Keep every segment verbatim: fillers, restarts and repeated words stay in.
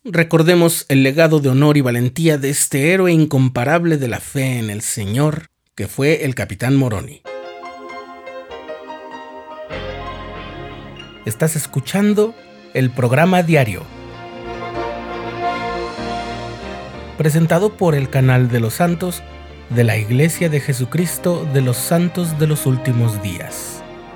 recordemos el legado de honor y valentía de este héroe incomparable de la fe en el Señor, que fue el Capitán Moroni. Estás escuchando el programa diario, presentado por el canal de los santos de la Iglesia de Jesucristo de los Santos de los Últimos Días.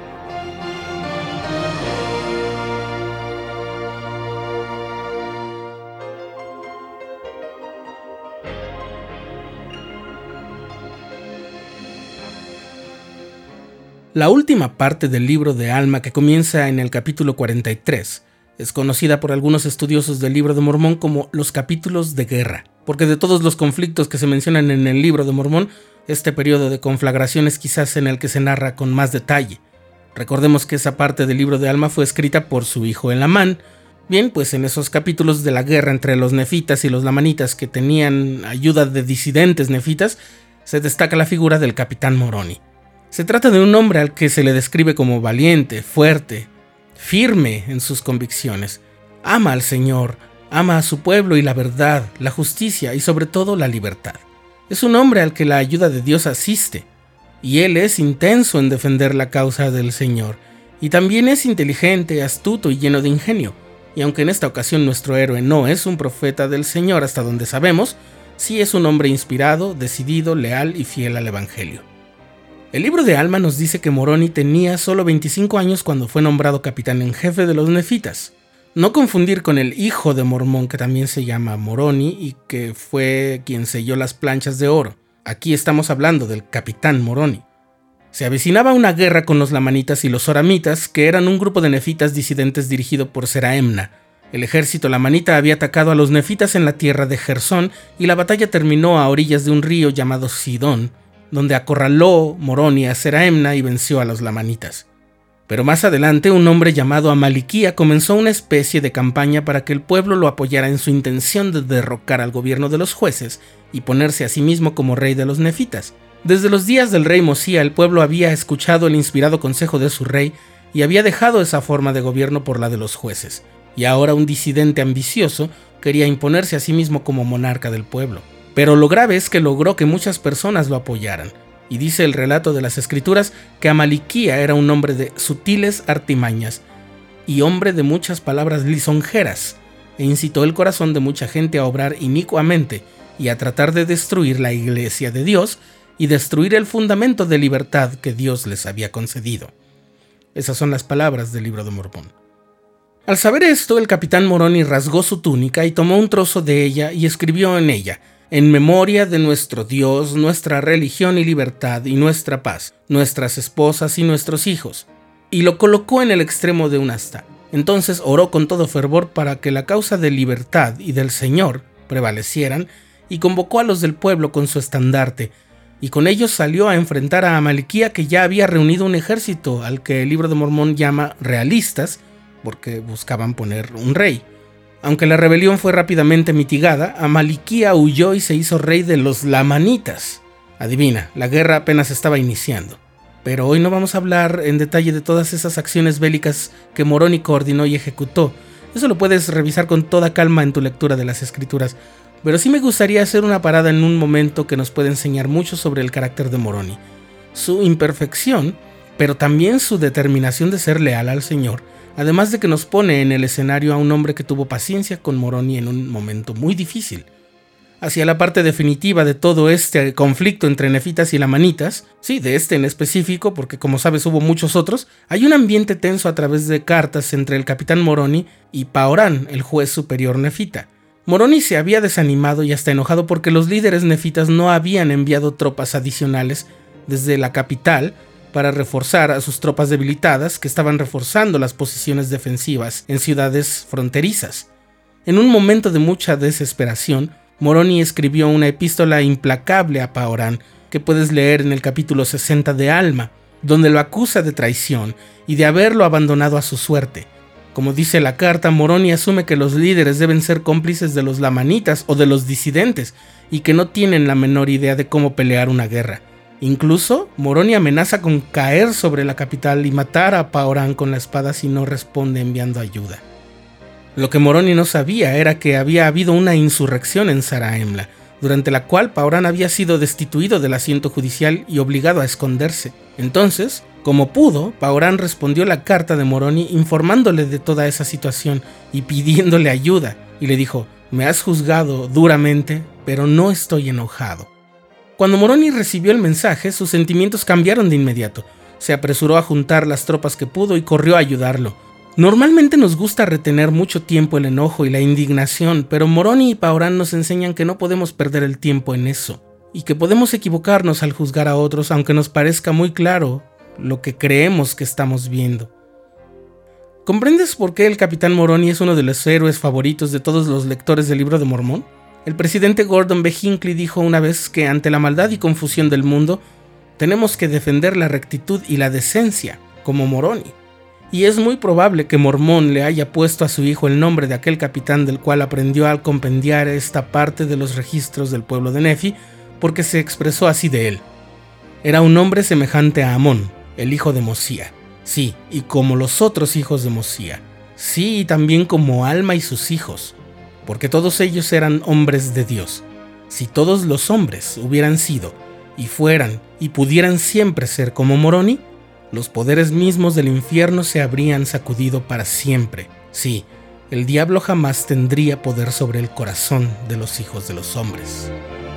La última parte del libro de Alma, que comienza en el capítulo cuarenta y tres, es conocida por algunos estudiosos del Libro de Mormón como los capítulos de guerra, porque de todos los conflictos que se mencionan en el Libro de Mormón, este periodo de conflagración es quizás en el que se narra con más detalle. Recordemos que esa parte del Libro de Alma fue escrita por su hijo Elamán. Bien, pues en esos capítulos de la guerra entre los nefitas y los lamanitas, que tenían ayuda de disidentes nefitas, se destaca la figura del Capitán Moroni. Se trata de un hombre al que se le describe como valiente, fuerte, firme en sus convicciones. Ama al Señor, ama a su pueblo y la verdad, la justicia y sobre todo la libertad. Es un hombre al que la ayuda de Dios asiste, y él es intenso en defender la causa del Señor, y también es inteligente, astuto y lleno de ingenio. Y aunque en esta ocasión nuestro héroe no es un profeta del Señor hasta donde sabemos, sí es un hombre inspirado, decidido, leal y fiel al Evangelio. El libro de Alma nos dice que Moroni tenía solo veinticinco años cuando fue nombrado capitán en jefe de los nefitas. No confundir con el hijo de Mormón, que también se llama Moroni y que fue quien selló las planchas de oro. Aquí estamos hablando del capitán Moroni. Se avecinaba una guerra con los lamanitas y los zoramitas, que eran un grupo de nefitas disidentes dirigido por Zeraemna. El ejército lamanita había atacado a los nefitas en la tierra de Gersón y la batalla terminó a orillas de un río llamado Sidón, donde acorraló Moroni a Zeraemna y venció a los lamanitas. Pero más adelante un hombre llamado Amaliquía comenzó una especie de campaña para que el pueblo lo apoyara en su intención de derrocar al gobierno de los jueces y ponerse a sí mismo como rey de los nefitas. Desde los días del rey Mosía, el pueblo había escuchado el inspirado consejo de su rey y había dejado esa forma de gobierno por la de los jueces, y ahora un disidente ambicioso quería imponerse a sí mismo como monarca del pueblo. Pero lo grave es que logró que muchas personas lo apoyaran, y dice el relato de las escrituras que Amaliquía era un hombre de sutiles artimañas y hombre de muchas palabras lisonjeras, e incitó el corazón de mucha gente a obrar inicuamente y a tratar de destruir la iglesia de Dios y destruir el fundamento de libertad que Dios les había concedido. Esas son las palabras del Libro de Mormón. Al saber esto, el capitán Moroni rasgó su túnica y tomó un trozo de ella y escribió en ella: en memoria de nuestro Dios, nuestra religión y libertad y nuestra paz, nuestras esposas y nuestros hijos, y lo colocó en el extremo de un asta. Entonces oró con todo fervor para que la causa de libertad y del Señor prevalecieran, y convocó a los del pueblo con su estandarte, y con ellos salió a enfrentar a Amaliquía, que ya había reunido un ejército al que el Libro de Mormón llama realistas, porque buscaban poner un rey. Aunque la rebelión fue rápidamente mitigada, Amaliquía huyó y se hizo rey de los lamanitas. Adivina, la guerra apenas estaba iniciando. Pero hoy no vamos a hablar en detalle de todas esas acciones bélicas que Moroni coordinó y ejecutó. Eso lo puedes revisar con toda calma en tu lectura de las escrituras. Pero sí me gustaría hacer una parada en un momento que nos puede enseñar mucho sobre el carácter de Moroni, su imperfección, pero también su determinación de ser leal al Señor. Además de que nos pone en el escenario a un hombre que tuvo paciencia con Moroni en un momento muy difícil. Hacia la parte definitiva de todo este conflicto entre nefitas y lamanitas, sí, de este en específico, porque como sabes hubo muchos otros, hay un ambiente tenso a través de cartas entre el capitán Moroni y Paorán, el juez superior nefita. Moroni se había desanimado y hasta enojado porque los líderes nefitas no habían enviado tropas adicionales desde la capital para reforzar a sus tropas debilitadas que estaban reforzando las posiciones defensivas en ciudades fronterizas. En un momento de mucha desesperación, Moroni escribió una epístola implacable a Paorán, que puedes leer en el capítulo sesenta de Alma, donde lo acusa de traición y de haberlo abandonado a su suerte. Como dice la carta, Moroni asume que los líderes deben ser cómplices de los lamanitas o de los disidentes y que no tienen la menor idea de cómo pelear una guerra. Incluso, Moroni amenaza con caer sobre la capital y matar a Paorán con la espada si no responde enviando ayuda. Lo que Moroni no sabía era que había habido una insurrección en Zarahemla, durante la cual Paurán había sido destituido del asiento judicial y obligado a esconderse. Entonces, como pudo, Paurán respondió la carta de Moroni informándole de toda esa situación y pidiéndole ayuda, y le dijo: «Me has juzgado duramente, pero no estoy enojado». Cuando Moroni recibió el mensaje, sus sentimientos cambiaron de inmediato. Se apresuró a juntar las tropas que pudo y corrió a ayudarlo. Normalmente nos gusta retener mucho tiempo el enojo y la indignación, pero Moroni y Paurán nos enseñan que no podemos perder el tiempo en eso, y que podemos equivocarnos al juzgar a otros aunque nos parezca muy claro lo que creemos que estamos viendo. ¿Comprendes por qué el Capitán Moroni es uno de los héroes favoritos de todos los lectores del Libro de Mormón? El presidente Gordon B. Hinckley dijo una vez que ante la maldad y confusión del mundo, tenemos que defender la rectitud y la decencia, como Moroni. Y es muy probable que Mormón le haya puesto a su hijo el nombre de aquel capitán del cual aprendió al compendiar esta parte de los registros del pueblo de Nefi, porque se expresó así de él. Era un hombre semejante a Amón, el hijo de Mosía. Sí, y como los otros hijos de Mosía. Sí, y también como Alma y sus hijos, porque todos ellos eran hombres de Dios. Si todos los hombres hubieran sido, y fueran, y pudieran siempre ser como Moroni, los poderes mismos del infierno se habrían sacudido para siempre. Sí, el diablo jamás tendría poder sobre el corazón de los hijos de los hombres.